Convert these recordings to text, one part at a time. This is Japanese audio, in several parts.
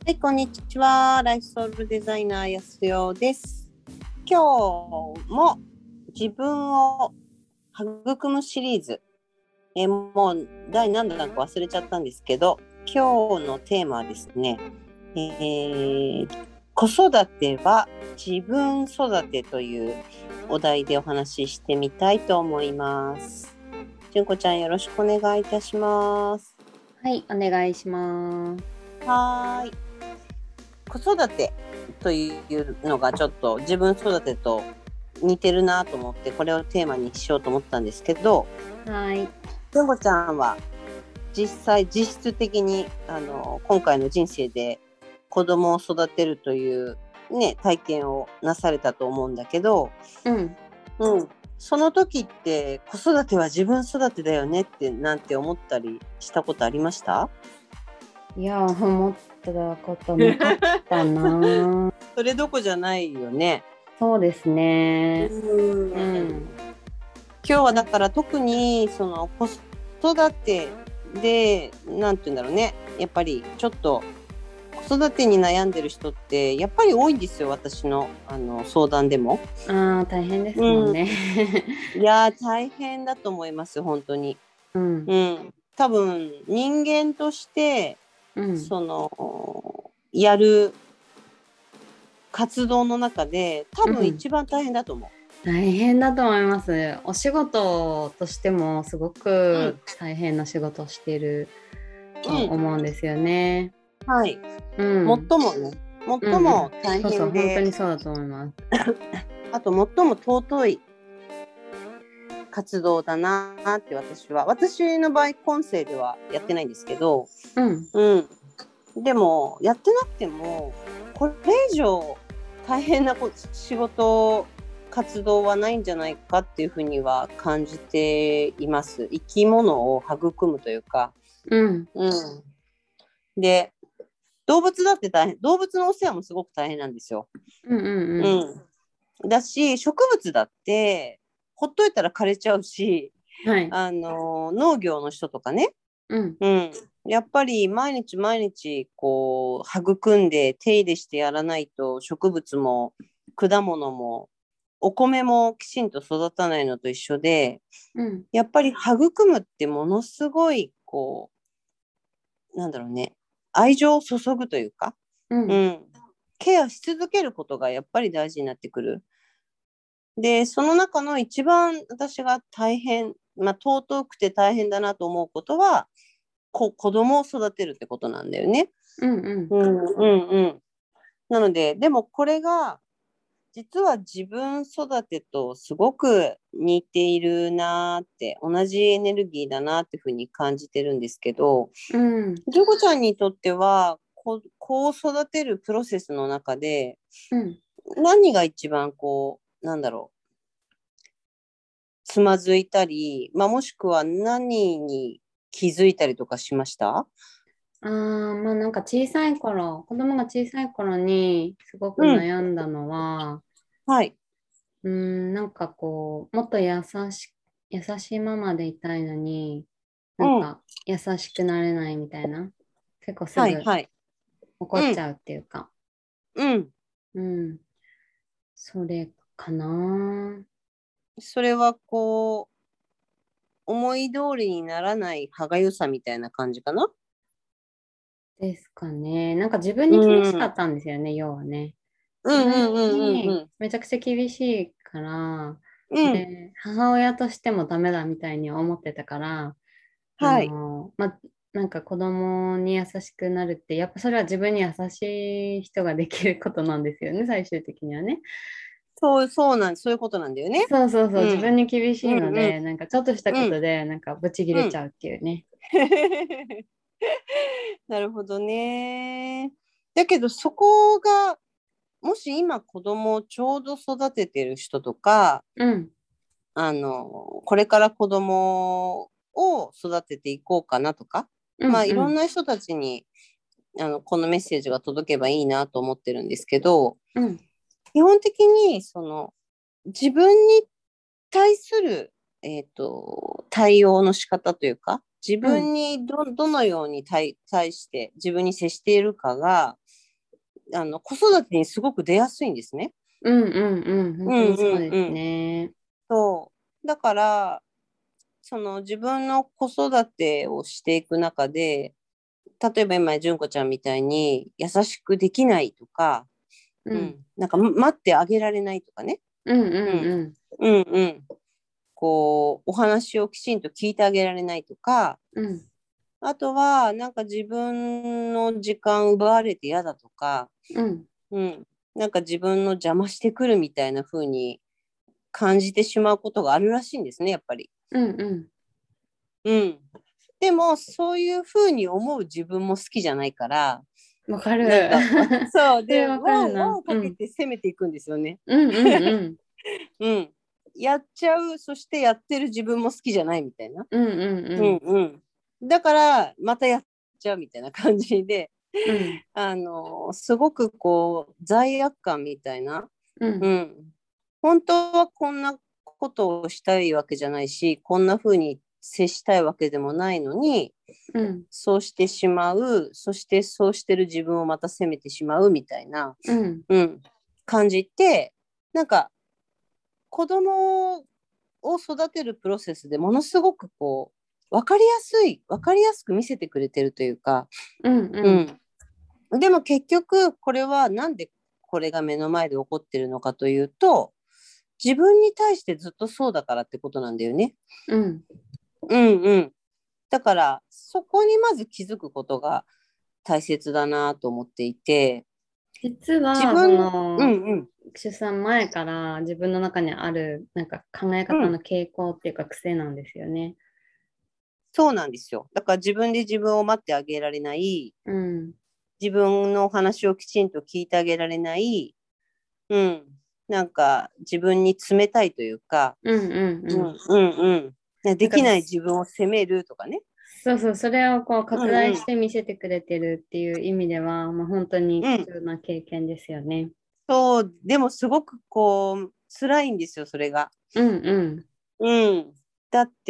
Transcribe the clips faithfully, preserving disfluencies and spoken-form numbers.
はい、こんにちは。ライフソウルデザイナーやすよです。今日も自分を育むシリーズ、えもう第何弾か忘れちゃったんですけど、今日のテーマはですね、えー、子育ては自分育てというお題でお話ししてみたいと思います。じゅんこちゃん、よろしくお願いいたします。 はい、お願いします。 はーい。子育てというのがちょっと自分育てと似てるなと思って、これをテーマにしようと思ったんですけど、 はい。 じゅんこちゃんは実際実質的にあの今回の人生で子供を育てるというね体験をなされたと思うんだけど、 うん。 うん、その時って子育ては自分育てだよねってなんて思ったりしたことありました？ いや、思ったことなかったな。 それどこじゃないよね。 そうですね。 うんうん。 今日はだから特にその子育てでなんて言うんだろうね、やっぱりちょっと子育てに悩んでる人ってやっぱり多いんですよ、私のあの相談でも。 ああ、大変ですもんね。 うん、いや大変だと思います本当に。 うん。 うん、多分人間としてうん。 そのやる活動の中で多分一番大変だと思う。 大変だと思います。お仕事としてもすごく大変な仕事をしていると思うんですよね。 うん、はい。 うん。 最もね、最も大変で、 そうそう、本当にそうだと思います。 あと最も尊い活動だなって私は、私の場合今世ではやってないんですけど、 うん。 うん、でもやってなくてもこれ以上大変な仕事活動はないんじゃないかっていうふうには感じています。生き物を育むというか、 うんうん、で動物だって大変、動物のお世話もすごく大変なんですよ。 うんうんうん。 うん、だし植物だってほっといたら枯れちゃうし、 はい。 あの農業の人とかね、 うん。 うん、やっぱり毎日毎日こう育んで手入れしてやらないと植物も果物もお米もきちんと育たないのと一緒で、 うん。 やっぱり育むってものすごいこうなんだろうね、愛情を注ぐというか、 うん。 うん、ケアし続けることがやっぱり大事になってくる。でその中の一番私が大変、まあ、尊くて大変だなと思うことはこ子供を育てるってことなんだよね。 うんうん。 うんうんうん。なので、でもこれが実は自分育てとすごく似ているなって、同じエネルギーだなっていうふうに感じてるんですけど、 うん。 ジョコちゃんにとっては子、子を育てるプロセスの中でうん。 何が一番こう、なんだろう、つまずいたり、まあ、もしくは何に気づいたりとかしました？ ああ、まあなんか小さい頃、子供が小さい頃にすごくうん。 悩んだのは、 はい。 うーん、なんかこう、もっと優し、優しいママでいたいのに、 うん。 なんか優しくなれないみたいな、結構すぐはいはい。うん。 怒っちゃうっていうか、 うん。 うん、それかな。 それはこう、思い通りにならない歯がゆさみたいな感じかな？ ですかね。なんか自分うに厳しかん。 ったんですよね、要はね。自分うんうんうんうんうにん。 めちゃくちゃ厳しいから、 うん。 で、母親としてもダメだみたいに思ってたから、あはい。 の、ま、なんか子供に優しくなるって、やっぱそれは自分に優しい人ができることなんですよね、最終的にはね。 そう、そうなん、そういうことなんだよね。 そうそうそう、 うん。 自分に厳しうんうんいので、なんかちょっとしたうんことで、なんかブチギうん。 レちゃうっていうね。 なるほどね。だけどそこが、もし今子供をちょうど育ててる人とか、 うん、 あの、これから子供を育てていこうかなとか、 うん、 まあいろんうん、 な人たちにあのこのメッセージが届けばいいなと思ってるんですけど、 うん、 基本的にその自分に対する、えーと、対応の仕方というか、自うん、 分にどどのように対対して自分に接しているかがあの子育てにすごく出やすいんですね。 うんうんうん、本当にそうですね。 うんうんうん、そうだからその自分の子育てをしていく中で、例えば今純子ちゃんみたいに優しくできないとか、 うん、 うん、なんか待ってあげられないとかね、 うんううん、 んうんうんこうお話をきちんと聞いてあげられないとか、 うん、 あとはなんか自分の時間奪われて嫌だとか、 うん、 うん、なんか自分の邪魔してくるみたいな風に感じてしまうことがあるらしいんですね、やっぱり。 うんうんうん。でも、そういう風に思う自分も好きじゃないから、 うん、わかる。 なんか、そうそれで、輪わかるを、輪な。 をかけうん、 て攻めていくんですよね。 うんうんうんうん。やっちゃう、そしてやってる自分も好きじゃないみたいな。 うんうんううんんうん。だから、またやっちゃうみたいな感じで、 うんあの、すごくこう、罪悪感みたいな。 うんうん。本当はこんなことをしたいわけじゃないし、こんな風に接したいわけでもないのに、 うんそうしてしまう、そしてそうしてる自分をまた責めてしまうみたいな、 うんうん、感じって、なんか子供を育てるプロセスでものすごくこう、わかりやすい、わかりやすく見せてくれてるというか、 うんうんうん。でも結局、これはなんでこれが目の前で起こってるのかというと、自分に対してずっとそうだからってことなんだよね。 うんうんうん。だから、そこにまず気づくことが大切だなと思っていて、 実はそ自分、うのんうん、 出産前から自分の中にあるなんか考え方うん、 の傾向っていうか癖なんですよね。 そうなんですよ。だから自分で自分を待ってあげられない、 うん自分のお話をきちんと聞いてあげられない、うん、なんか自分に冷たいというか、 うんうんうん。 うんうんうん、でなんかきない自分を責めるとかね。 そうそう、それをこう拡大うんうん、 して見せてくれてるっていう意味では、まあ、本当にうん。 貴重な経験ですよね。 そう、でもすごくこう、辛いんですよ、それが。 うんうんうん。だって、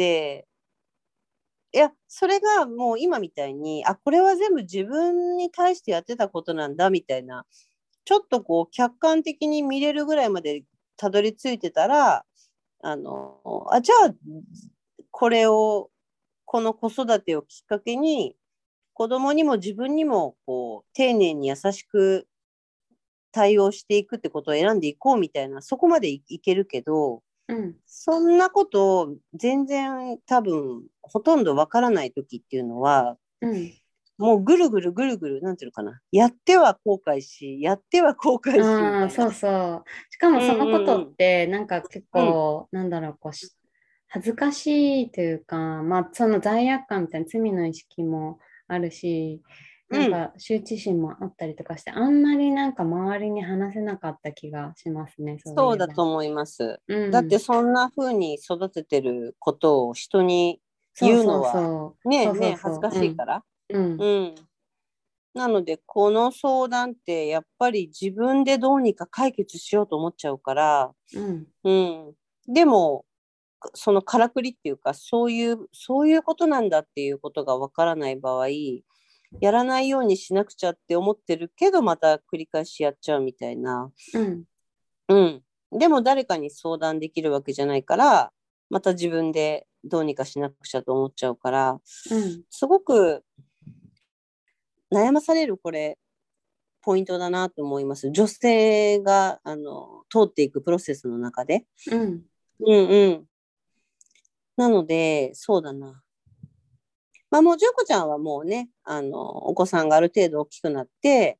いや、それがもう今みたいに、あ、これは全部自分に対してやってたことなんだみたいな、ちょっとこう客観的に見れるぐらいまでたどり着いてたら、あの、あ、じゃあ、これを、この子育てをきっかけに、子供にも自分にも、こう、丁寧に優しく対応していくってことを選んでいこうみたいな、そこまでい、いけるけど、 うんそんなこと全然多分ほとんどわからない時っていうのは、 うんもうぐるぐるぐるぐる、なんていうのかな。やっては後悔し、やっては後悔しみああ、 たいな。 そうそう。しかもうんそのことっうんて、なんか結うん。 構、なんだろう、こうし、恥ずかしいというか、まあ、その罪悪感みたいな罪の意識もあるし、なんうん。 か羞恥心もあったりとかして、あんまりなんか周りに話せなかった気がしますね、そういそうえば。 だと思います。だってうん。 そんな風に育ててることを人にそうそう言うのは、 そう。そうそうねえねえ、恥ずそう。 かうん。 しいから。 うん。 うん。なので、この相談ってやっぱり自分でどうにか解決しようと思っちゃうから、 うん。 うん。でも、そのからくりっていうか、そういう、そういうことなんだっていうことがわからない場合、やらないようにしなくちゃって思ってるけど、また繰り返しやっちゃうみたいな。 うん。 うん。でも誰かに相談できるわけじゃないから、また自分でどうにかしなくちゃと思っちゃうから、 うん。 すごく悩まされるこれ、ポイントだなと思います。女性が、あの、通っていくプロセスの中で。 うん。 うんうん。なので、そうだな。まあもう、純子ちゃんはもうね、あの、お子さんがある程度大きくなって、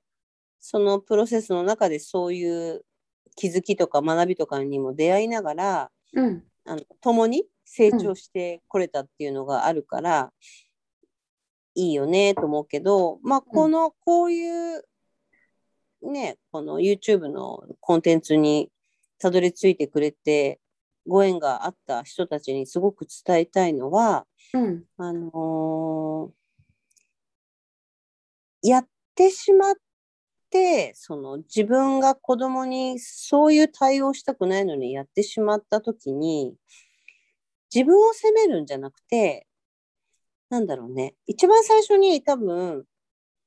そのプロセスの中でそういう気づきとか学びとかにも出会いながら、 うん。 あの共に成うん。 長してこれたっていうのがあるから、いいよねと思うけど、まあうん。 この、こういうね、この YouTube のコンテンツにたどり着いてくれて、ご縁があった人たちにすごく伝えたいのは、 うん。 あのーやってしまって、その自分が子供にそういう対応したくないのにやってしまった時に、自分を責めるんじゃなくて、なんだろうね。一番最初に多分、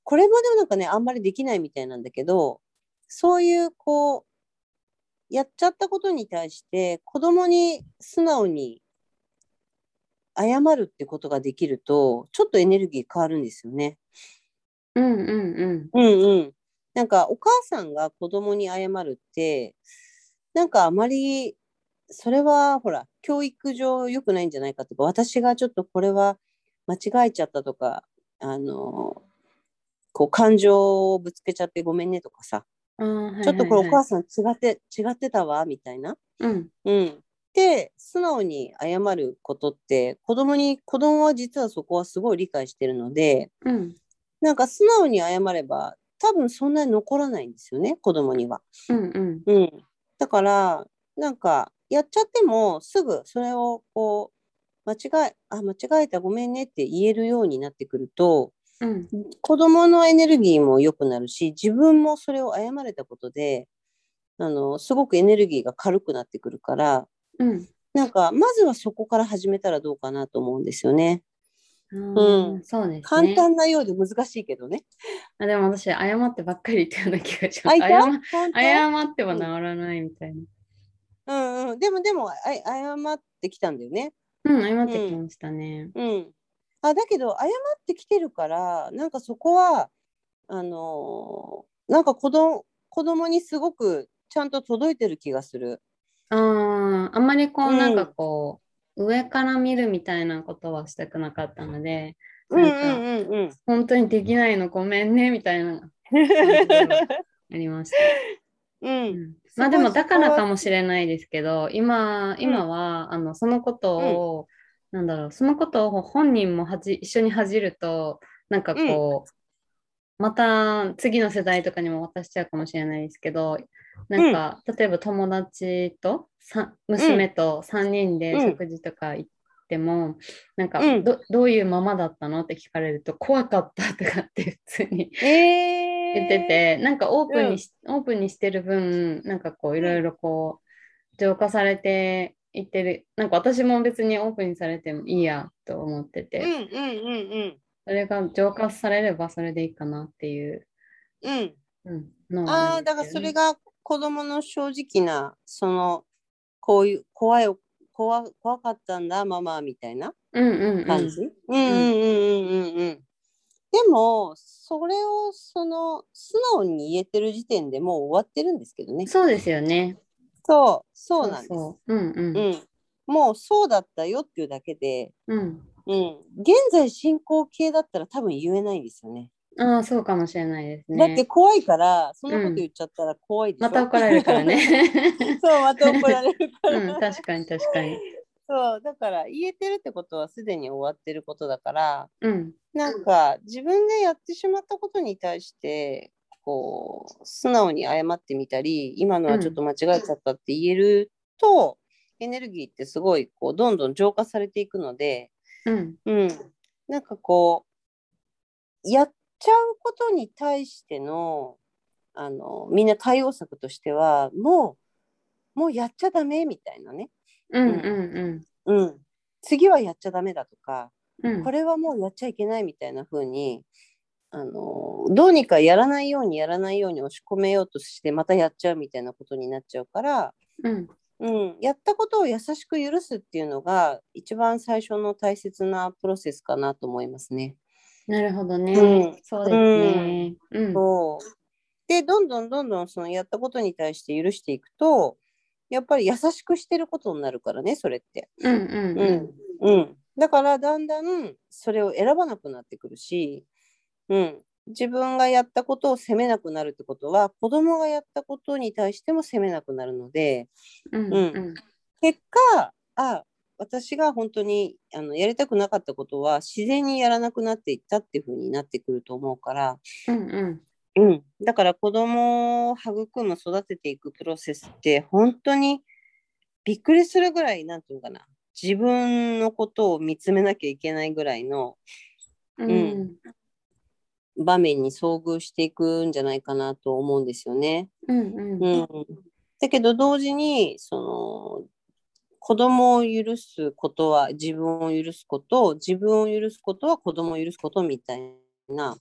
これもでもなんかね、あんまりできないみたいなんだけど、そういうこう、やっちゃったことに対して子供に素直に謝るってことができると、ちょっとエネルギー変わるんですよね。 うんうんうんうんうん。なんかお母さんが子供に謝るって、なんかあまり、それはほら、教育上良くないんじゃないかとか、私がちょっとこれは間違えちゃったとか、あの、こう感情をぶつけちゃってごめんねとかさ、 あーはちょっとこれおいはいはい。 母さん違って、違ってたわ、みたいな。 うん。 うん。で、素直に謝ることって、子供に、子供は実はそこはすごい理解してるので、 うん。 なんか素直に謝れば、多分そんなに残らないんですよね、子供には。 うんうん。 うん。だから、なんか、やっちゃっても、すぐそれを、こう、間違え、あ、間違えた、ごめんねって言えるようになってくると、 うん。 子供のエネルギーも良くなるし、自分もそれを謝れたことで、あの、すごくエネルギーが軽くなってくるから、 うん。 なんか、まずはそこから始めたらどうかなと思うんですよね。 あうあ、 ん。 そうです簡ね。 単なようで難しいけどね。 あ、でも私、謝ってばっかり言ってるような気がしまあ、 す。 いた謝、 本当。 謝っては治うん。 らないみたいな。 うんうん。でもでも、あ、謝ってきたんだよね。 うん、謝っうん。 てきましたね。 うん。あ、だけど、謝ってきてるから、なんかそこは、あのーなんか子供、子供にすごくちゃんと届いてる気がする。 ああ、あんまりこう、なんかうん。 こう、上から見るみたいなことはしたくなかったので、 うんうなんか、 んうんうん。 本当にできないのごめんね、みたいな感じではありました。 うん。 うん、ますごいあでもだからそこは、 かもしれないですけど、今、 うん、 今は、あの、そのこうん、 とを、なんだろう、そのことを本人もはじ、一緒に恥じると、なんかうん、 こう、また次の世代とかにも渡しちゃうかもしれないですけど、なうん、 んか、例えば友達と、さ、 うん、 娘とさんにんでうん、 食事とか行っても、なんか、 うん。 ど、どういうママだったのって聞かれると、怖かったとかって普通に言ってえー、 て、なんかオープンうん、 にし、オープンにしてる分、なんかこういうん、 ろいろこう浄化されていってる、なんか私も別にオープンにされてもいいやと思ってて、 うん、うん、うん、 それが浄化されればそれでいいかなっていう、 うん。うん。 うん、のはあるああ、 んでだからすよね。 それが子供の正直な、その、こういう、怖い、怖、怖かったんだ、ママ、みたいなうんうん感じ。うん、うん、 うん。うん。 うん、うん、うん。うん。でも、それを、その、素直に言えてる時点でもう終わってるんですけどね。 そうですよね。 そう、そうそうなんです。 そう。うんうん。 うん。もうそうだったよっていうだけで、 うん。 うん。現在進行形だったら多分言えないんですよね。 ああ、そうかもしれないですだってね。 怖いから、そんなことうん。 言っちゃったら怖いでしょ。 また怒られるからね。 そう、また怒られるから。 うん、確かに確かに。 そう、だから言えてるってことはすでに終わってることだから、 うん。 なんか自分でやってしまったことに対して、こう、素直に謝ってみたり、今のはちょっうん。 と間違えちゃったって言えると、エネルギーってすごい、こう、どんどん浄化されていくので、 うん。 うん。なんかこう、やっちゃうことに対しての、あの、みんな対応策としては、もう、もうやっちゃダメみたいなね。 うんううん。 んうん。 うん。次はやっちゃダメだとか、 うん。 これはもうやっちゃいけないみたいな風に、あの、どうにかやらないようにやらないように押し込めようとして、またやっちゃうみたいなことになっちゃうから、 うん。 うん、やったことを優しく許すっていうのが、一番最初の大切なプロセスかなと思いますね。 なるほどうね。 ん。 そうですうん。 ね。うん。 そう。で、どんどんどんどんそのやったことに対して許していくと、やっぱり優しくしてることになるからね、それって。 うんうんうん。うん。だからだんだんそれを選ばなくなってくるし、うん。自分がやったことを責めなくなるってことは、子供がやったことに対しても責めなくなるので、 うん。 うん。 うんうん。 結果、あ、私が本当にあのやりたくなかったことは自然にやらなくなっていったっていう風になってくると思うから、 うんうん。 うん。だから子供を育む、育てていくプロセスって本当にびっくりするぐらい、なんていうのかな。自分のことを見つめなきゃいけないぐらいの、 ううん、 ん場面に遭遇していくんじゃないかなと思うんですよね。 うんうん。 うん。だけど同時に、その、子供を許すことは自分を許すこと、自分を許すことは子供を許すことみたいな、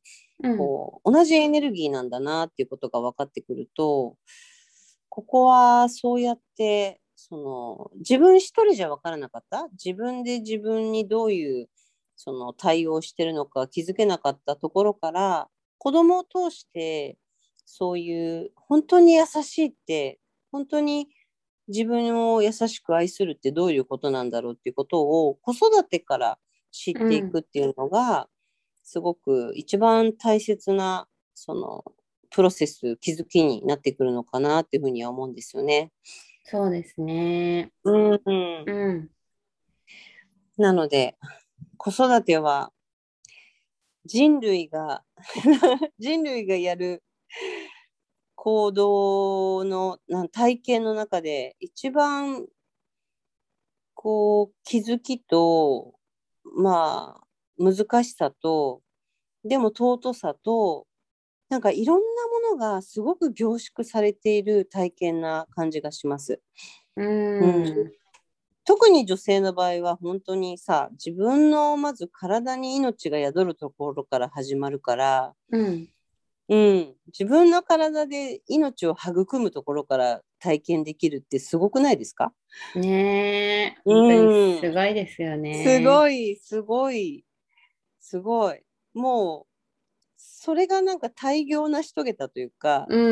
うん、 こう同じエネルギーなんだなっていうことが分かってくると、ここはそうやってその自分一人じゃ分からなかった、自分で自分にどういうその対応してるのか気づけなかったところから、子供を通してそういう本当に優しいって、本当に自分を優しく愛するってどういうことなんだろうっていうことを子育てから知っうていん、 くっていうのがすごく一番大切なそのプロセス、気づきになってくるのかなっていうふうには思うんですよね。 そうですね。 うんうん、 うん、 なので子育ては人類が人類がやる行動のなん体験の中で一番こう気づきと、まあ難しさと、でも尊さと、なんかいろんなものがすごく凝縮されている体験な感じがします。 ううん、 ん、 特に女性の場合は本当にさ、自分のまず体に命が宿るところから始まるから、 うん。 うん、自分の体で命を育むところから体験できるってすごくないですか？ ねえ、 う本当にすん、 ごいですよすね。 ごい、すごい、すごい。もう、それがなんか大業成し遂げたというか、 うん。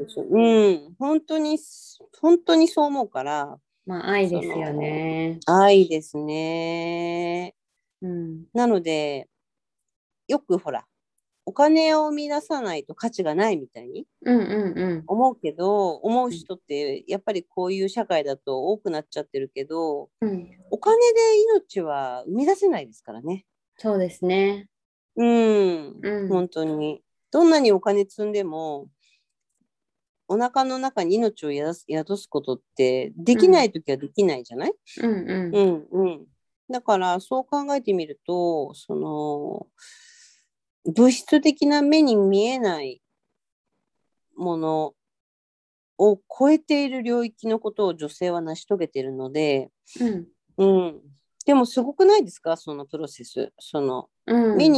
なんでしょう。うん、本当に、本当にそう思うから、 まあ、愛そですよの、 ね。 愛ですね。 うん。 なので、よくほら、お金を生み出さないと価値がないみたいにうんうんうん。 思うけど、思ううん人ってやっぱりこういう社会だと多くなっちゃってるけど、 うん。 お金で命は生み出せないですからね。 そうですね。 うん、 うん。 本当に。どんなにお金積んでも、お腹の中に命を宿す、宿すことってできなうん。 いときはできないじゃない？ うんうん。 うんうん。だからそう考えてみると、その物質的な目に見えないものを超えている領域のことを女性は成し遂げているので、 うん。 うん。でもすごくないですか、そのプロセス。そのうん。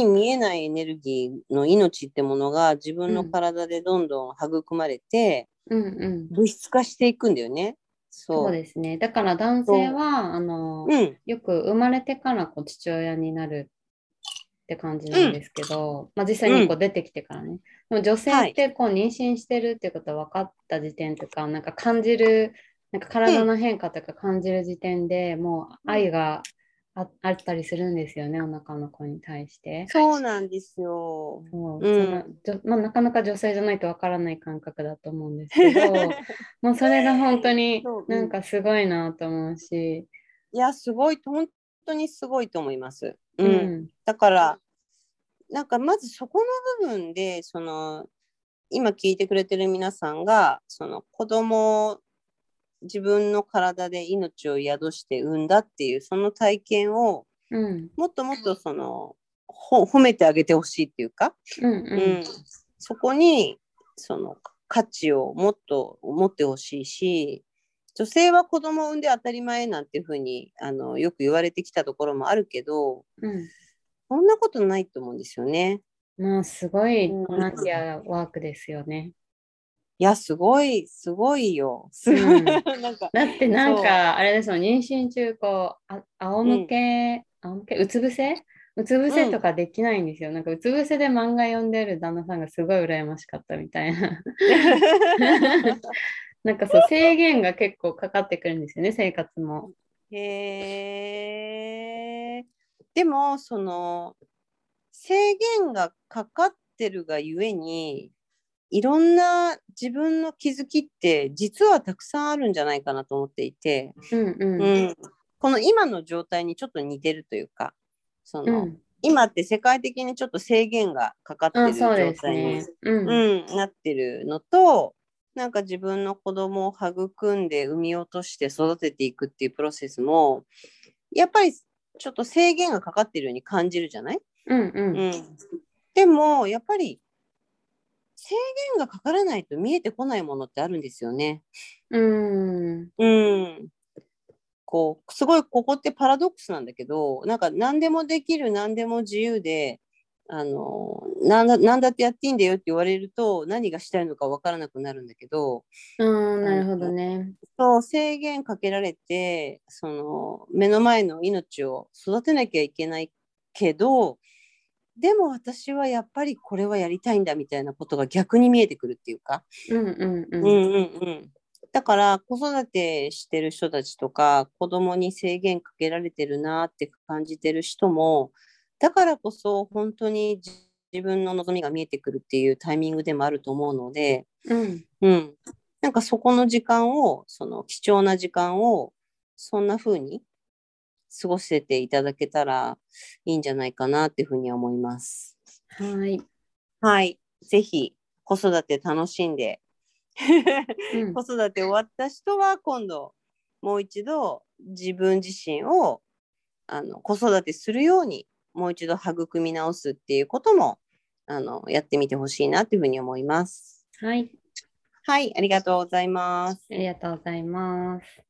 目に見えないエネルギーの命ってものが自分のうん。 体でどんどん育まれてうんうん。 物質化していくんだよね。 そうそですね。だから男う。そ性は、あの、 う。うん。 よく生まれてからこう父親になるって感じうん。 なんですけど、まあ、実際うん。 にこう出てきてからね。でも女性はい。 ってこう妊娠してるっていうことが分かった時点とか、なんか感じる、なんかうん。 体の変化とか感じる時点でもううん。 愛があ、あったりするんですよね、お腹の子に対して。 そうなんですよ。 そう、その、 うん。 じょまあ、なかなか女性じゃないとわからない感覚だと思うんですけど、もうそれが本当にそう、うん。 なんかすごいなと思うし、 いや、すごい、本当にすごいと思います。うん。 うん、 だから、なんかまずそこの部分で、その、今聞いてくれてる皆さんが、その子供を自分の体で命を宿して産んだっていう、その体験を、 うん、 もっともっとその、ほ褒めてあげてほしいっていうか、 うん、うん、 うん。そこに、その価値をもっと持ってほしいし、女性は子供を産んで当たり前なんていうふうにあのよく言われてきたところもあるけど、 うん。 そんなことないと思うんですよね。 まあすごいうん、 ボランティアワークですよね。 いや、すごい、すごいよ。すごい、 うん。 なんか、 だってなんそか、あれですもん、妊娠中、こう、あ、仰う、う向ん、 け、仰向け、うつ伏せうつ伏うん。 せとかできないんですよ。なんか、うつ伏せで漫画読んでる旦那さんがすごい羨ましかったみたいな。なんかそう、制限が結構かかってくるんですよね、生活も。 へえ。でも、その、制限がかかってるがゆえに、いろんな自分の気づきって実はたくさんあるんじゃないかなと思っていて、 うんうん。 うん、この今の状態にちょっと似てるというか、そのうん。 今って世界的にちょっと制限がかかってあ、 るそうで状態に、 すね。うん。 うん、なってるのと、なんか自分の子供を育んで産み落として育てていくっていうプロセスも、やっぱりちょっと制限がかかってるように感じるじゃない？ うんうん。 うん。でも、やっぱり制限がかからないと見えてこないものってあるんですよね。 うん。 うん。こう、すごいここってパラドックスなんだけど、なんか何でもできる、何でも自由で、 あのなんだ、なんだってやっていいんだよって言われると何がしたいのか分からなくなるんだけど、 うん、 あのなるほどね。 そう制限かけられてその目の前の命を育てなきゃいけないけど、でも私はやっぱりこれはやりたいんだみたいなことが逆に見えてくるっていうか、 うんうんうん。 うんうんうん。だから子育てしてる人たちとか子供に制限かけられてるなって感じてる人も、だからこそ本当に自自分の望みが見えてくるっていうタイミングでもあると思うので、 うん。 うん。なんかそこの時間を、その貴重な時間を、そんな風に過ごせていただけたらいいんじゃないかなっていうふうには思います。 はい。 はい。ぜひ、子育て楽しんでうん。 子育て終わった人は今度、もう一度自分自身をあの子育てするように、もう一度育み直すっていうことも、あの、やってみてほしいなっていうふうに思います。 はい。 はい、ありがとうございます。 ありがとうございます。